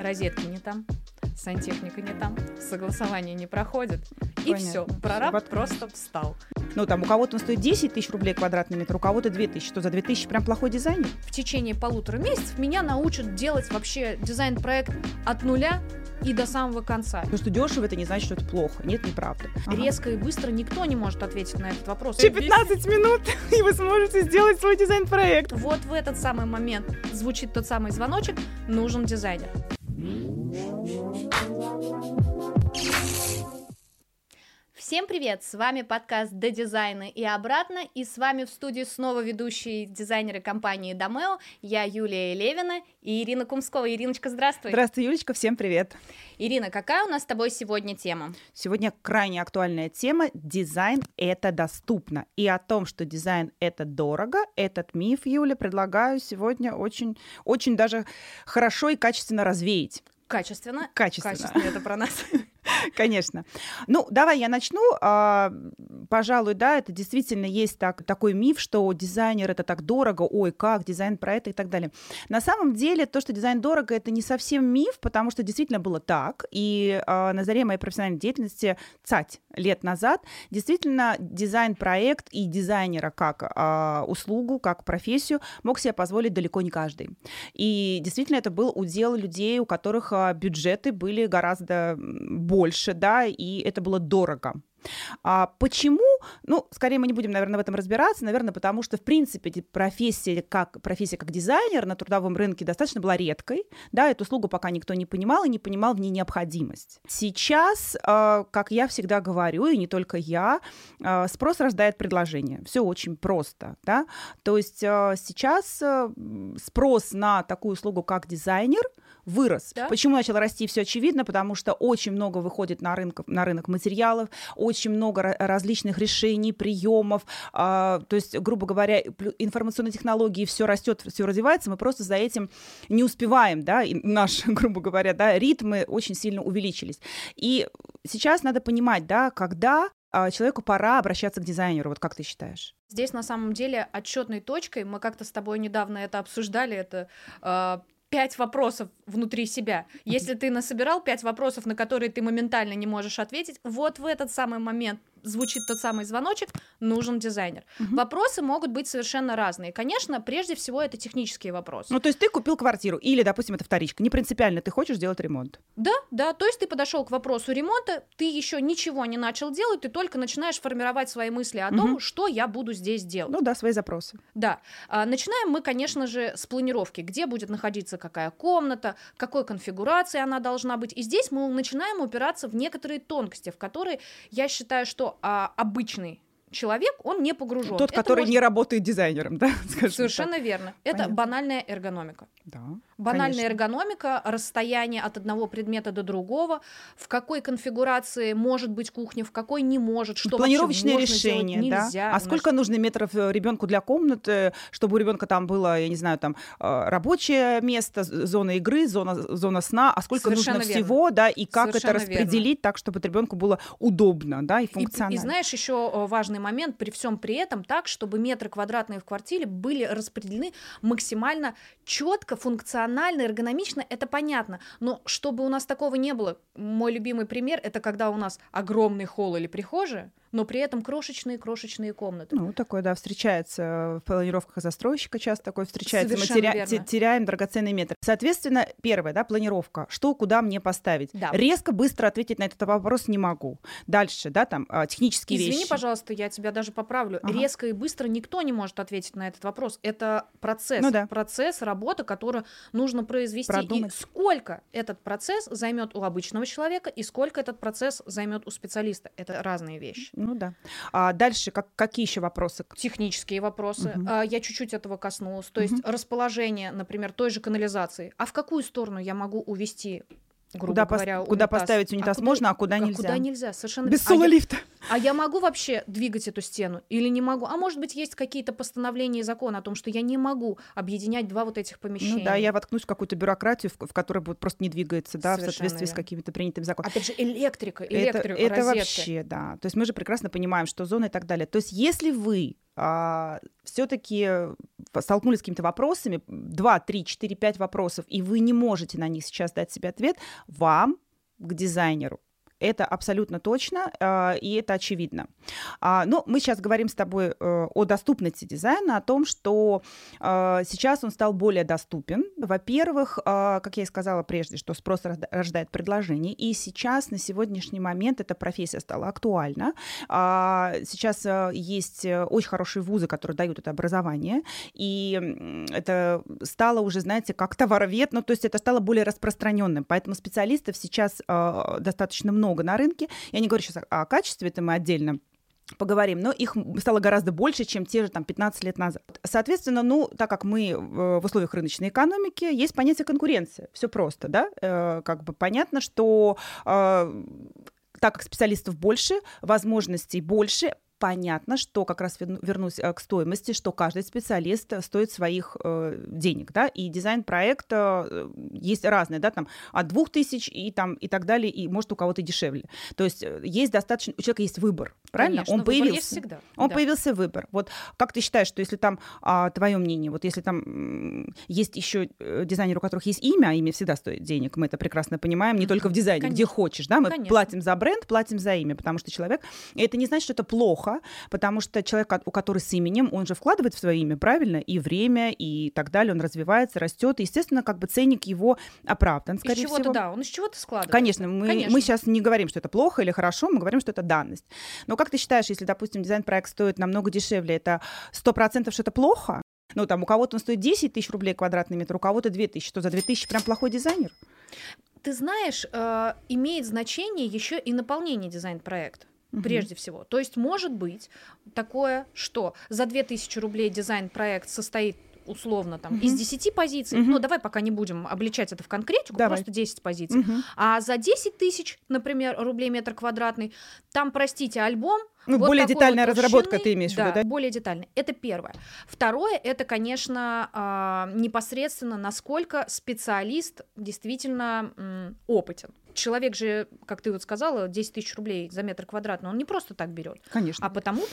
розетки не там, сантехника не там, согласование не проходит, и Понятно. все, прораб просто встал. Ну, там у кого-то он стоит 10 тысяч рублей квадратный метр, у кого-то 2 тысячи. Что, за 2 тысячи прям плохой дизайнер? В течение 1,5 месяца меня научат делать вообще дизайн-проект от нуля и до самого конца. То, что дешево, это не значит, что это плохо. Нет, неправда. Резко и быстро никто не может ответить на этот вопрос. Еще 15 минут, и вы сможете сделать свой дизайн-проект. Вот в этот самый момент звучит тот самый звоночек: нужен дизайнер. Всем привет! С вами подкаст «До дизайна и обратно», и с вами в студии снова ведущие дизайнеры компании Домео, я Юлия Левина и Ирина Кумскова. Ириночка, здравствуй! Здравствуй, Юлечка, всем привет! Ирина, какая у нас с тобой сегодня тема? Сегодня крайне актуальная тема – дизайн – это доступно. И о том, что дизайн – это дорого, этот миф, Юля, предлагаю сегодня очень даже хорошо и качественно развеять. Качественно, это про нас. Конечно. Ну, давай я начну. Пожалуй, да, это действительно есть такой миф, что дизайнер — это так дорого, ой, как, дизайн проекта и так далее. На самом деле, то, что дизайн дорого, это не совсем миф, потому что действительно было так. И на заре моей профессиональной деятельности, лет назад, действительно дизайн-проект и дизайнера как услугу, как профессию мог себе позволить далеко не каждый. И действительно это был удел людей, у которых бюджеты были гораздо больше, да, и это было дорого. Почему? Ну, скорее мы не будем, наверное, в этом разбираться, наверное, потому что, в принципе, профессия как дизайнер на трудовом рынке достаточно была редкой, да, эту услугу пока никто не понимал и не понимал в ней необходимость. Сейчас, как я всегда говорю, и не только я, спрос рождает предложение. Все очень просто, да, то есть сейчас спрос на такую услугу, как дизайнер, вырос. Да? Почему начал расти? Все очевидно, потому что очень много выходит на рынок материалов, очень много различных решений, приемов, то есть, грубо говоря, информационные технологии, все растет, все развивается, мы просто за этим не успеваем, да, и наши, грубо говоря, да, ритмы очень сильно увеличились. И сейчас надо понимать, да, когда человеку пора обращаться к дизайнеру, вот как ты считаешь? Здесь на самом деле отчетной точкой, мы как-то с тобой недавно это обсуждали, это 5 вопросов внутри себя. Если ты насобирал 5 вопросов, на которые ты моментально не можешь ответить, вот в этот самый момент звучит тот самый звоночек: нужен дизайнер. Вопросы могут быть совершенно разные. Конечно, прежде всего, это технические вопросы. Ну, то есть ты купил квартиру, или, допустим, это вторичка, не принципиально, ты хочешь делать ремонт. Да, то есть ты подошел к вопросу ремонта, ты еще ничего не начал делать, ты только начинаешь формировать свои мысли о том, что я буду здесь делать. Ну да, свои запросы. Да. Начинаем мы, конечно же, с планировки, где будет находиться какая комната, какой конфигурации она должна быть. И здесь мы начинаем упираться в некоторые тонкости, в которые я считаю, что обычный человек, он не погружен. Тот, который не работает дизайнером, да? Совершенно верно. Это банальная эргономика. Да, банальная эргономика, расстояние от одного предмета до другого, в какой конфигурации может быть кухня, в какой не может, что планировочное решение, нельзя. Да? Сколько нужно метров ребенку для комнаты, чтобы у ребенка там было, я не знаю, там рабочее место, зона игры, зона сна, а сколько Совершенно нужно верно. Всего, да, и как Совершенно это распределить так, чтобы ребенку было удобно, да, и функционально. И знаешь, еще важный момент, при всем при этом так, чтобы метры квадратные в квартире были распределены максимально четко, функционально, эргономично, это понятно. Но чтобы у нас такого не было, мой любимый пример — это когда у нас огромный холл или прихожая, но при этом крошечные комнаты. Ну, такое, да, встречается в планировках застройщика, часто такое встречается. Совершенно Мы теряем драгоценные метры. Соответственно, первое, да, планировка. Что, куда мне поставить? Да. Резко, быстро ответить на этот вопрос не могу. Дальше, да, там, технические вещи. Извини, пожалуйста, я тебя даже поправлю. Резко и быстро никто не может ответить на этот вопрос. Это процесс. Ну, да. Процесс, работа, которую нужно произвести. Продумать. И сколько этот процесс займет у обычного человека, и сколько этот процесс займет у специалиста. Это разные вещи. Ну да. Дальше какие еще вопросы? Технические вопросы. Я чуть-чуть этого коснулась. То есть расположение, например, той же канализации. А в какую сторону я могу увести, грубо говоря, куда унитаз? поставить унитаз можно, а куда нельзя? Куда нельзя, совершенно без соло-лифта. А я могу вообще двигать эту стену или не могу? А может быть, есть какие-то постановления и законы о том, что я не могу объединять два вот этих помещения? Ну да, я воткнусь в какую-то бюрократию, в которой просто не двигается, да, в соответствии верно. с какими-то принятыми законами. Опять же, электрика, это розетка. вообще, да. То есть мы же прекрасно понимаем, что зона и так далее. То есть если вы все-таки столкнулись с какими-то вопросами, 2, 3, 4, 5 вопросов, и вы не можете на них сейчас дать себе ответ, вам, к дизайнеру. Это абсолютно точно, и это очевидно. Но мы сейчас говорим с тобой о доступности дизайна, о том, что сейчас он стал более доступен. Во-первых, как я и сказала прежде, что спрос рождает предложение, и сейчас, на сегодняшний момент, эта профессия стала актуальна. Сейчас есть очень хорошие вузы, которые дают это образование, и это стало уже, знаете, как товаровед, то есть это стало более распространенным, поэтому специалистов сейчас достаточно много на рынке. Я не говорю сейчас о качестве, это мы отдельно поговорим, но их стало гораздо больше, чем те же 15 лет назад. Соответственно, так как мы в условиях рыночной экономики, есть понятие конкуренции. Все просто, да? Понятно, что так как специалистов больше, возможностей больше, понятно, что как раз вернусь к стоимости, что каждый специалист стоит своих денег, да, и дизайн-проект есть разные, да, от 2000 и так далее, и может у кого-то дешевле. То есть есть достаточно, у человека есть выбор, правильно? Конечно, выбор есть всегда. Появился выбор. Вот как ты считаешь, что если твое мнение, вот если там есть еще дизайнеры, у которых есть имя, а имя всегда стоит денег, мы это прекрасно понимаем, не только в дизайне, где хочешь, да, мы платим за бренд, платим за имя, потому что человек, и это не значит, что это плохо, потому что человек, у которого с именем, он же вкладывает в свое имя, правильно, и время, и так далее, он развивается, растет, и, естественно, ценник его оправдан, скорее всего. Да, он из чего-то складывается. Конечно, мы сейчас не говорим, что это плохо или хорошо, мы говорим, что это данность. Но как ты считаешь, если, допустим, дизайн-проект стоит намного дешевле, это 100%, что это плохо? У кого-то он стоит 10 тысяч рублей квадратный метр, у кого-то 2 тысячи, что за 2 тысячи прям плохой дизайнер? Ты знаешь, имеет значение еще и наполнение дизайн-проекта. Прежде всего. То есть может быть такое, что за 2000 рублей дизайн-проект состоит условно из 10 позиций, давай пока не будем обличать это в конкретику, просто 10 позиций, а за 10 тысяч, например, рублей метр квадратный, там, простите, альбом, более детальная разработка ты имеешь в виду, да? Более детальная. Это первое. Второе, это, конечно, непосредственно, насколько специалист действительно опытен. Человек же, как ты сказала, 10 тысяч рублей за метр квадратный, он не просто так берет. Конечно. А потому.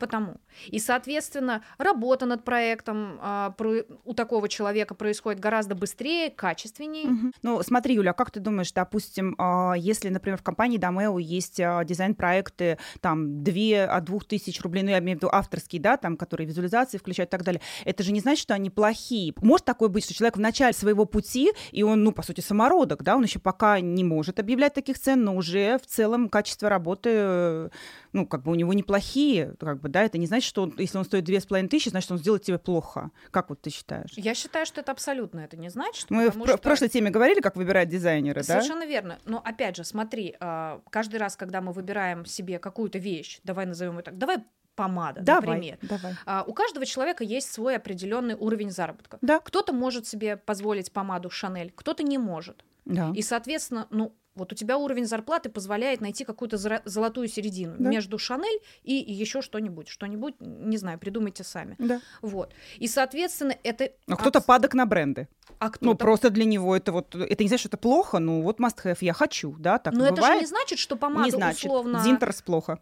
И, соответственно, работа над проектом у такого человека происходит гораздо быстрее, качественнее. Смотри, Юля, как ты думаешь, допустим, если, например, в компании Домео есть дизайн-проекты, 2 от 2000 рублей, я имею в виду авторские, да, которые визуализации включают и так далее, это же не значит, что они плохие. Может такое быть, что человек в начале своего пути, и он, по сути, самородок, да, он еще пока не может объявлять таких цен, но уже в целом качество работы, у него неплохие, да, это не значит, что если он стоит 2500, значит, он сделает тебе плохо. Как ты считаешь? Я считаю, что это абсолютно это не значит. Мы в прошлой теме говорили, как выбирать дизайнера, да? Совершенно верно. Но опять же, смотри, каждый раз, когда мы выбираем себе какую-то вещь, давай назовем ее так, давай помада, например. У каждого человека есть свой определенный уровень заработка. Да. Кто-то может себе позволить помаду Шанель, кто-то не может. Да. И, соответственно, у тебя уровень зарплаты позволяет найти какую-то золотую середину между Шанель и еще что-нибудь. Что-нибудь, не знаю, придумайте сами. Да. И, соответственно, это... кто-то падок на бренды. А кто-то... просто для него это это не значит, что это плохо, must have, я хочу, да, так бывает. Но это же не значит, что помада не значит. Условно... Зинтерс плохо.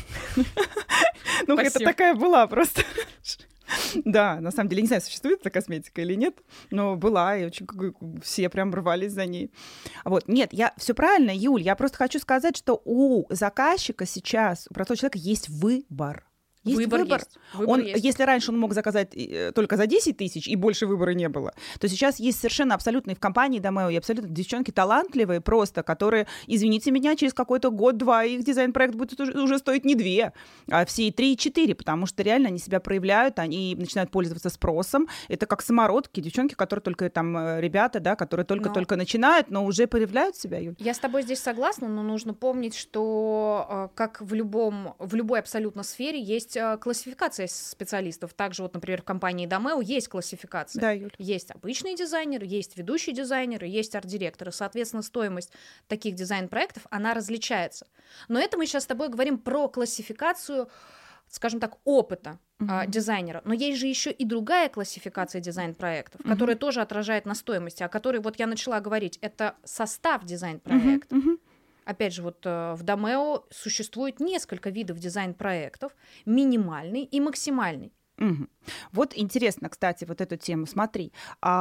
Это такая была просто... Да, на самом деле, не знаю, существует эта косметика или нет, но была, и очень все прям рвались за ней. Нет, все правильно, Юль, я просто хочу сказать, что у заказчика сейчас, у простого человека есть выбор. Выбор. Есть. Если раньше он мог заказать только за 10 тысяч, и больше выбора не было, то сейчас есть совершенно абсолютно и в компании Домео, и абсолютно девчонки талантливые просто, которые, извините меня, через какой-то год-два их дизайн-проект будет уже стоить не 2, а все 3 и 4, потому что реально они себя проявляют, они начинают пользоваться спросом. Это как самородки, девчонки, которые только ребята, да, которые только-только начинают, но уже проявляют себя, Юль. Я с тобой здесь согласна, но нужно помнить, что как в любой абсолютно сфере есть классификация специалистов. Также, например, в компании Домео есть классификация. Да, Юль. Есть обычные дизайнеры, есть ведущие дизайнеры, есть арт-директоры. Соответственно, стоимость таких дизайн-проектов, она различается. Но это мы сейчас с тобой говорим про классификацию, скажем так, опыта дизайнера. Но есть же еще и другая классификация дизайн-проектов, которая тоже отражает на стоимости, о которой я начала говорить. Это состав дизайн-проекта. Опять же, вот в Домео существует несколько видов дизайн-проектов, минимальный и максимальный. Мгм. Вот интересно, кстати, вот эту тему, смотри,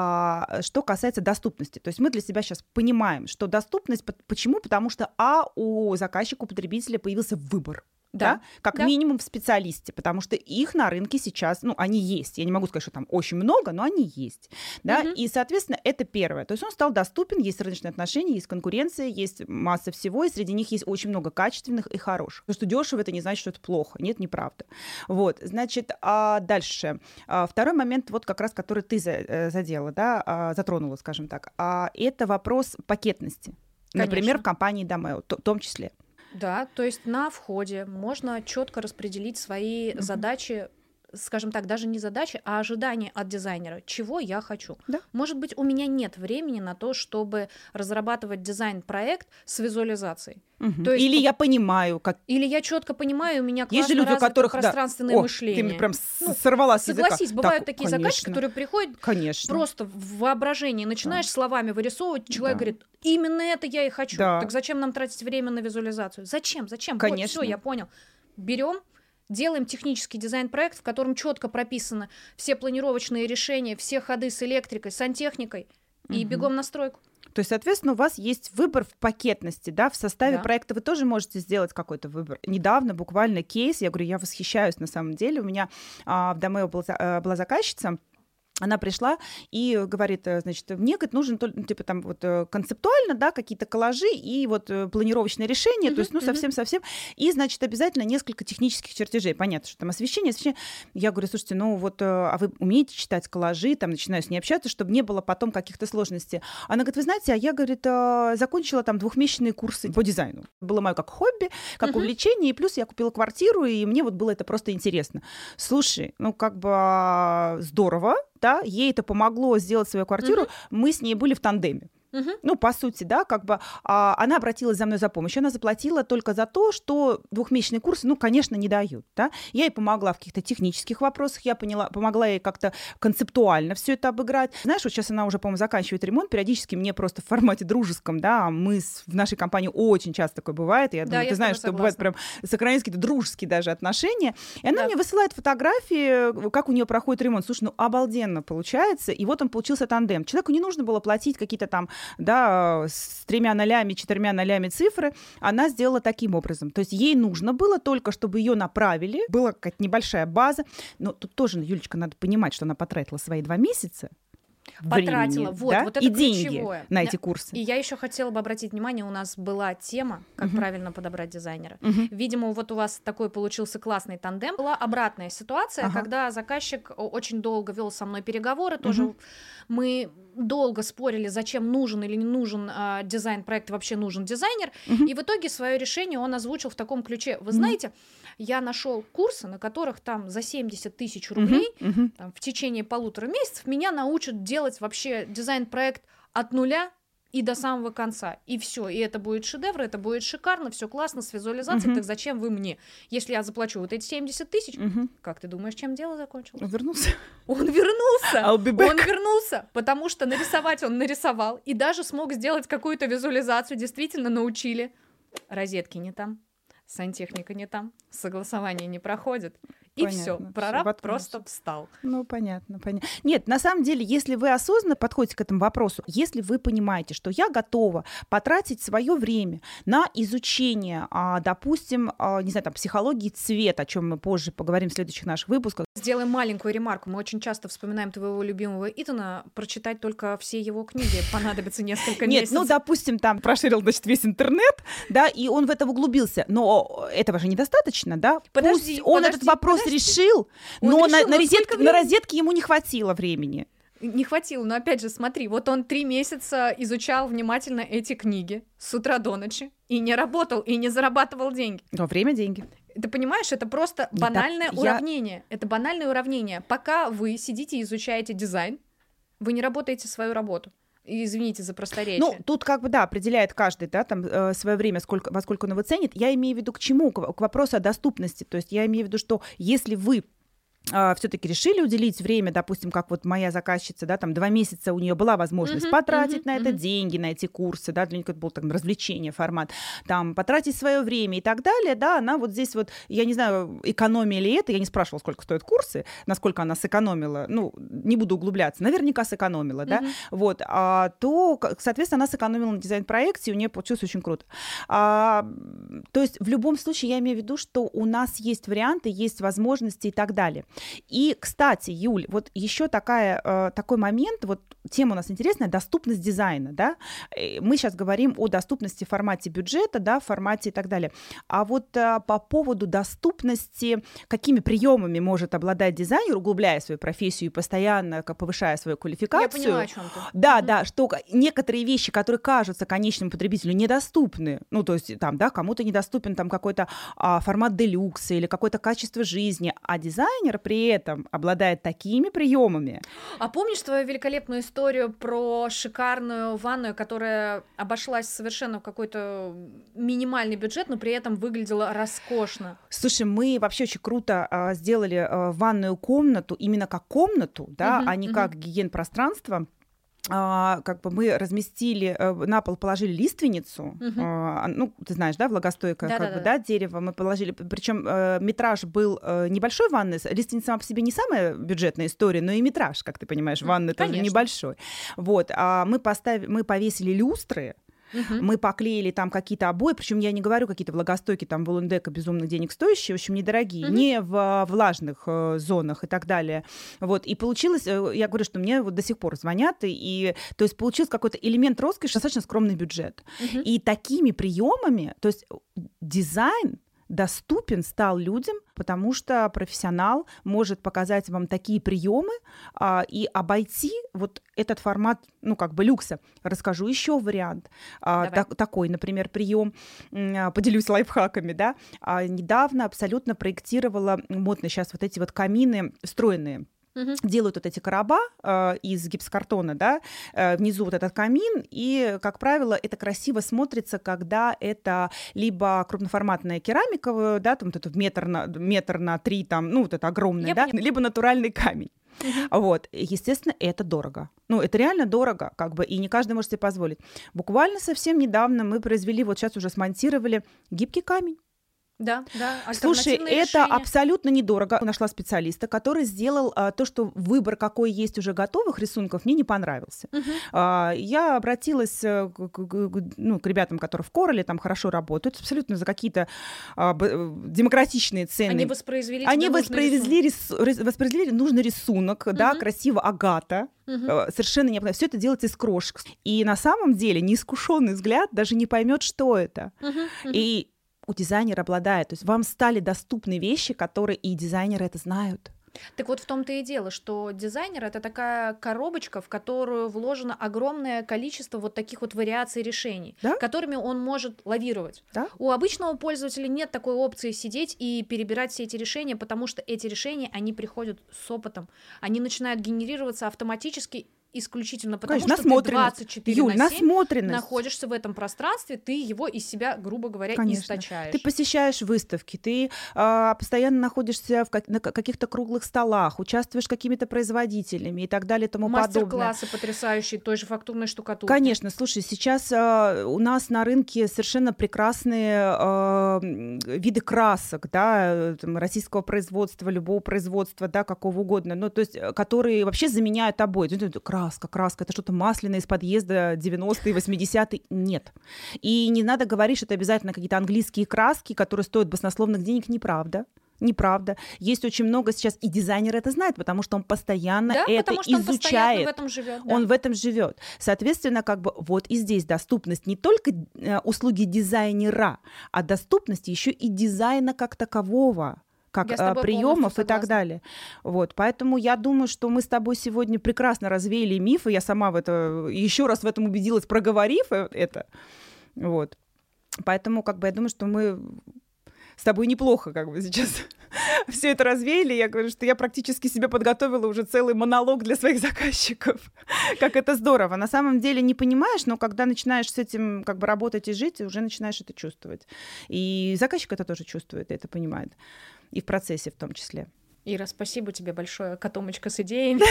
что касается доступности. То есть мы для себя сейчас понимаем, что доступность, почему? Потому что у заказчика, у потребителя появился выбор. Да, как да. минимум в специалисте, потому что их на рынке сейчас, ну, они есть. Я не могу сказать, что там очень много, но они есть. Да? И, соответственно, это первое. То есть он стал доступен, есть рыночные отношения, есть конкуренция, есть масса всего, и среди них есть очень много качественных и хороших. То, что дешево, это не значит, что это плохо. Нет, неправда. Вот, значит, дальше. Второй момент, вот как раз, который ты задела, да, затронула, скажем так, это вопрос пакетности. Конечно. Например, в компании Домео, в том числе. Да, то есть на входе можно четко распределить свои задачи, скажем так, даже не задачи, а ожидания от дизайнера, чего я хочу. Да. Может быть, у меня нет времени на то, чтобы разрабатывать дизайн-проект с визуализацией. То есть, или я понимаю, как... Или я четко понимаю, у меня есть классно же люди, у которых пространственное мышление. Ты прям сорвала с языка. Согласись, бывают такие заказчики, которые приходят просто в воображении, начинаешь словами вырисовывать, человек говорит, именно это я и хочу. Так зачем нам тратить время на визуализацию? Зачем? Конечно. Все, я понял. Берем, делаем технический дизайн-проект, в котором четко прописаны все планировочные решения, все ходы с электрикой, сантехникой, и бегом на стройку. То есть, соответственно, у вас есть выбор в пакетности, да, в составе проекта вы тоже можете сделать какой-то выбор. Недавно буквально кейс, я говорю, я восхищаюсь на самом деле, у меня в Домео была заказчица, она пришла и говорит, значит, мне, говорит, нужен типа там вот концептуально, да, какие-то коллажи и вот планировочные решения, то есть, ну, совсем-совсем, и, значит, обязательно несколько технических чертежей. Понятно, что там освещение. Я говорю, слушайте, ну вот, а вы умеете читать коллажи, там, начинаю с ней общаться, чтобы не было потом каких-то сложностей. Она говорит, вы знаете, а я, говорит, закончила там 2-месячные курсы по дизайну. Было мое как хобби, как увлечение, и плюс я купила квартиру, и мне вот было это просто интересно. Слушай, ну, как бы здорово, да, ей это помогло сделать свою квартиру, мы с ней были в тандеме. Ну, по сути, да, как бы она обратилась за мной за помощью, она заплатила только за то, что 2-месячные курсы, ну, конечно, не дают, да. Я ей помогла в каких-то технических вопросах, я помогла ей как-то концептуально все это обыграть. Знаешь, вот сейчас она уже, по-моему, заканчивает ремонт, периодически мне просто в формате дружеском, да, мы в нашей компании очень часто такое бывает, я думаю, ты знаешь, что бывает прям сохраняются какие-то дружеские даже отношения, и она мне высылает фотографии, как у нее проходит ремонт. Слушай, ну, обалденно получается, и вот он получился тандем. Человеку не нужно было платить какие-то там, да, с 3 0, 4 0 цифры, она сделала таким образом. То есть ей нужно было только, чтобы ее направили, была какая-то небольшая база, но тут тоже, Юлечка, надо понимать, что она потратила свои 2 месяца, потратила, времени, да? вот это и ключевое. Деньги на эти курсы. И я еще хотела бы обратить внимание, у нас была тема, как правильно подобрать дизайнера. Видимо, вот у вас такой получился классный тандем. Была обратная ситуация, когда заказчик очень долго вел со мной переговоры, тоже мы долго спорили, зачем нужен или не нужен дизайн-проект, вообще нужен дизайнер, и в итоге свое решение он озвучил в таком ключе. Вы знаете, я нашел курсы, на которых там за 70 000 рублей там, в течение 1,5 месяцев меня научат делать вообще дизайн-проект от нуля и до самого конца. И все. И это будет шедевр, это будет шикарно, все классно, с визуализацией. Так зачем вы мне? Если я заплачу вот эти 70 000, как ты думаешь, чем дело закончилось? Он вернулся. Он вернулся. I'll be back. Он вернулся, потому что нарисовать он нарисовал и даже смог сделать какую-то визуализацию. Действительно научили. Розетки не там. Сантехника не там, согласование не проходит, и все, прораб просто встал. Ну, понятно. Нет, на самом деле, если вы осознанно подходите к этому вопросу, если вы понимаете, что я готова потратить свое время на изучение, допустим, не знаю, там, психологии цвета, о чем мы позже поговорим в следующих наших выпусках. Сделаем маленькую ремарку. Мы очень часто вспоминаем твоего любимого Итана. Прочитать только все его книги понадобится несколько месяцев. Нет, ну, допустим, там проширил, значит, весь интернет, да, и он в это углубился, но этого же недостаточно, да? Подожди, он этот вопрос решил, но на розетке ему не хватило времени. Не хватило, но опять же, смотри, вот он 3 месяца изучал внимательно эти книги с утра до ночи и не работал, и не зарабатывал деньги. Но время — деньги. Ты понимаешь, это просто банальное уравнение. Это банальное уравнение. Пока вы сидите и изучаете дизайн, вы не работаете свою работу. Извините за просторечие. Ну, тут как бы, да, определяет каждый, да, там, свое время, во сколько он его ценит. Я имею в виду к чему? К вопросу о доступности. То есть я имею в виду, что если вы все-таки решили уделить время, допустим, как вот моя заказчица, да, там 2 месяца у нее была возможность потратить на это деньги, на эти курсы, да, для нее это был там развлечение, формат, там, потратить свое время и так далее, да, она вот здесь вот, я не знаю, экономия ли это, я не спрашивала, сколько стоят курсы, насколько она сэкономила, ну, не буду углубляться, наверняка сэкономила, да, вот, то, соответственно, она сэкономила на дизайн-проекте, и у нее получилось очень круто. То есть в любом случае я имею в виду, что у нас есть варианты, есть возможности и так далее. И, кстати, Юль, вот еще такой момент, вот тема у нас интересная, доступность дизайна, да, мы сейчас говорим о доступности в формате бюджета, да, в формате и так далее, а вот по поводу доступности, какими приемами может обладать дизайнер, углубляя свою профессию и постоянно повышая свою квалификацию. Я поняла, о чем ты. Да, что некоторые вещи, которые кажутся конечному потребителю недоступны, ну, то есть там, да, кому-то недоступен там какой-то формат делюкса или какое-то качество жизни, а дизайнер при этом обладает такими приемами. А помнишь твою великолепную историю про шикарную ванную, которая обошлась совершенно в какой-то минимальный бюджет, но при этом выглядела роскошно? Слушай, мы вообще очень круто сделали ванную комнату именно как комнату, да, а не как гигиен-пространство. Как бы мы разместили, на пол положили лиственницу, ну, ты знаешь, да, влагостойкое да, дерево мы положили, причем метраж был небольшой ванны, лиственница сама по себе не самая бюджетная история, но и метраж, как ты понимаешь, ванны тоже небольшой. Вот, мы повесили люстры, мы поклеили там какие-то обои, причем я не говорю какие-то влагостойкие, там Волундека безумных денег стоящие, в общем, недорогие, не в влажных зонах и так далее. Вот, и получилось, я говорю, что мне вот до сих пор звонят, и то есть получился какой-то элемент роскоши, достаточно скромный бюджет. И такими приемами, то есть дизайн доступен стал людям, потому что профессионал может показать вам такие приемы и обойти вот этот формат, ну, как бы люкса. Расскажу еще вариант. Такой, например, прием. Поделюсь лайфхаками, да. Недавно абсолютно проектировала модно сейчас вот эти вот камины встроенные. Делают вот эти короба из гипсокартона, да, внизу вот этот камин, и, как правило, это красиво смотрится, когда это либо крупноформатная керамика, да, там вот это метр на 3, там, ну, вот это огромное, да, либо натуральный камень. Вот, естественно, это дорого. Ну, это реально дорого, как бы, и не каждый может себе позволить. Буквально совсем недавно мы произвели, вот сейчас уже смонтировали гибкий камень. Да. Слушай, это абсолютно недорого. Нашла специалиста, который сделал то, что выбор, какой есть уже готовых рисунков, мне не понравился. Я обратилась к ребятам, которые в Короле там хорошо работают, абсолютно за какие-то демократичные цены. Они воспроизвели нужный рисунок, да, красиво агата. Совершенно необходимо. Все это делается из крошек. И на самом деле неискушенный взгляд даже не поймет, что это. И у дизайнера обладает. То есть вам стали доступны вещи, которые и дизайнеры это знают. Так вот в том-то и дело, что дизайнер — это такая коробочка, в которую вложено огромное количество вот таких вот вариаций решений, которыми он может лавировать. У обычного пользователя нет такой опции сидеть и перебирать все эти решения, потому что эти решения, они приходят с опытом, они начинают генерироваться автоматически, исключительно потому, что ты 24/7 находишься в этом пространстве, ты его из себя, грубо говоря, источаешь. Ты посещаешь выставки, ты постоянно находишься на каких-то круглых столах, участвуешь с какими-то производителями и так далее и тому подобное. Мастер-классы потрясающие той же фактурной штукатурки. Конечно, слушай, сейчас у нас на рынке совершенно прекрасные виды красок, да, там, российского производства, любого производства, да, какого угодно, ну, то есть, которые вообще заменяют обои. Краска, это что-то масляное из подъезда 90-е, 80-е. Нет. И не надо говорить, что это обязательно какие-то английские краски, которые стоят баснословных денег. Неправда. Есть очень много сейчас, и дизайнер это знает, потому что он постоянно это изучает. Он в этом живет. Соответственно, как бы вот и здесь доступность не только услуги дизайнера, а доступность еще и дизайна как такового, как приемов и так далее. Вот, поэтому я думаю, что мы с тобой сегодня прекрасно развеяли мифы. Я сама еще раз в этом убедилась, проговорив это. Вот. Поэтому, как бы, я думаю, что мы с тобой неплохо, как бы, сейчас все это развеяли. Я говорю, что я практически себе подготовила уже целый монолог для своих заказчиков. Как это здорово. На самом деле не понимаешь, но когда начинаешь с этим как бы работать и жить, уже начинаешь это чувствовать. И заказчик это тоже чувствует, и это понимает. И в процессе в том числе. Ира, спасибо тебе большое, котомочка с идеями.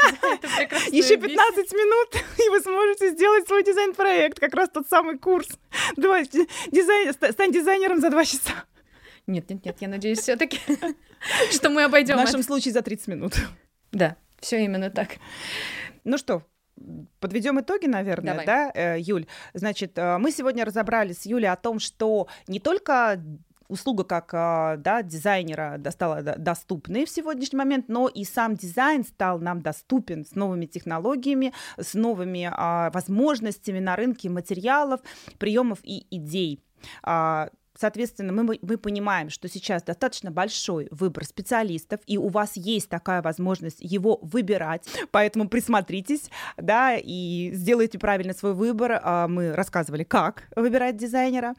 Еще 15 минут, и вы сможете сделать свой дизайн-проект, как раз тот самый курс. Давайте, стань дизайнером за 2 часа. Нет, я надеюсь все-таки, что мы обойдем. В нашем случае за 30 минут. Да, все именно так. Ну что, подведем итоги, наверное, Давай. Да, Юль? Значит, мы сегодня разобрались с Юлей о том, что не только услуга как дизайнера стала доступной в сегодняшний момент, но и сам дизайн стал нам доступен с новыми технологиями, с новыми возможностями на рынке материалов, приемов и идей. Соответственно, мы понимаем, что сейчас достаточно большой выбор специалистов, и у вас есть такая возможность его выбирать, поэтому присмотритесь, да, и сделайте правильно свой выбор. Мы рассказывали, как выбирать дизайнера.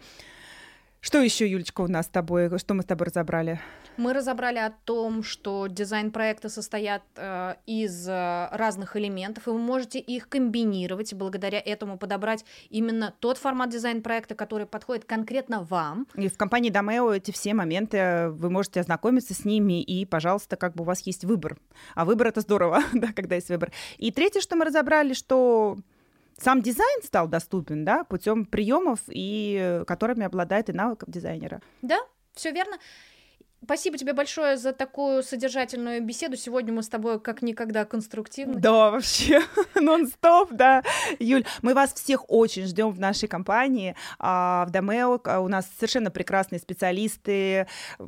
Что еще, Юлечка, у нас с тобой? Что мы с тобой разобрали? Мы разобрали о том, что дизайн-проекты состоят из разных элементов, и вы можете их комбинировать, и благодаря этому подобрать именно тот формат дизайн-проекта, который подходит конкретно вам. И в компании Domeo эти все моменты вы можете ознакомиться с ними, и, пожалуйста, как бы у вас есть выбор. А выбор — это здорово, да, когда есть выбор. И третье, что мы разобрали, что сам дизайн стал доступен, да, путем приемов, и которыми обладает и навыков дизайнера. Да, все верно. Спасибо тебе большое за такую содержательную беседу. Сегодня мы с тобой как никогда конструктивны. Да, вообще, нон-стоп, да. Юль, мы вас всех очень ждем в нашей компании. В Domeo у нас совершенно прекрасные специалисты,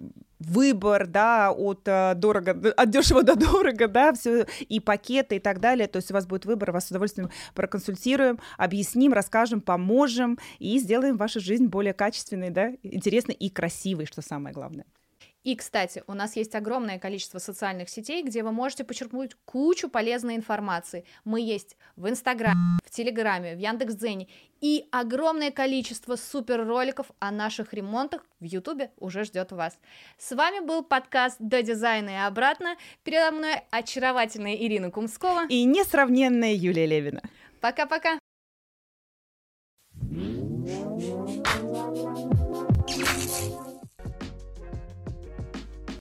выбор, да, от дешево до дорого, да, все, и пакеты и так далее. То есть у вас будет выбор, вас с удовольствием проконсультируем, объясним, расскажем, поможем и сделаем вашу жизнь более качественной, да, интересной и красивой, что самое главное. И, кстати, у нас есть огромное количество социальных сетей, где вы можете почерпнуть кучу полезной информации. Мы есть в Инстаграме, в Телеграме, в Яндекс.Дзене, и огромное количество супер роликов о наших ремонтах в Ютубе уже ждет вас. С вами был подкаст «До дизайна и обратно». Передо мной очаровательная Ирина Кумскова и несравненная Юлия Левина. Пока-пока!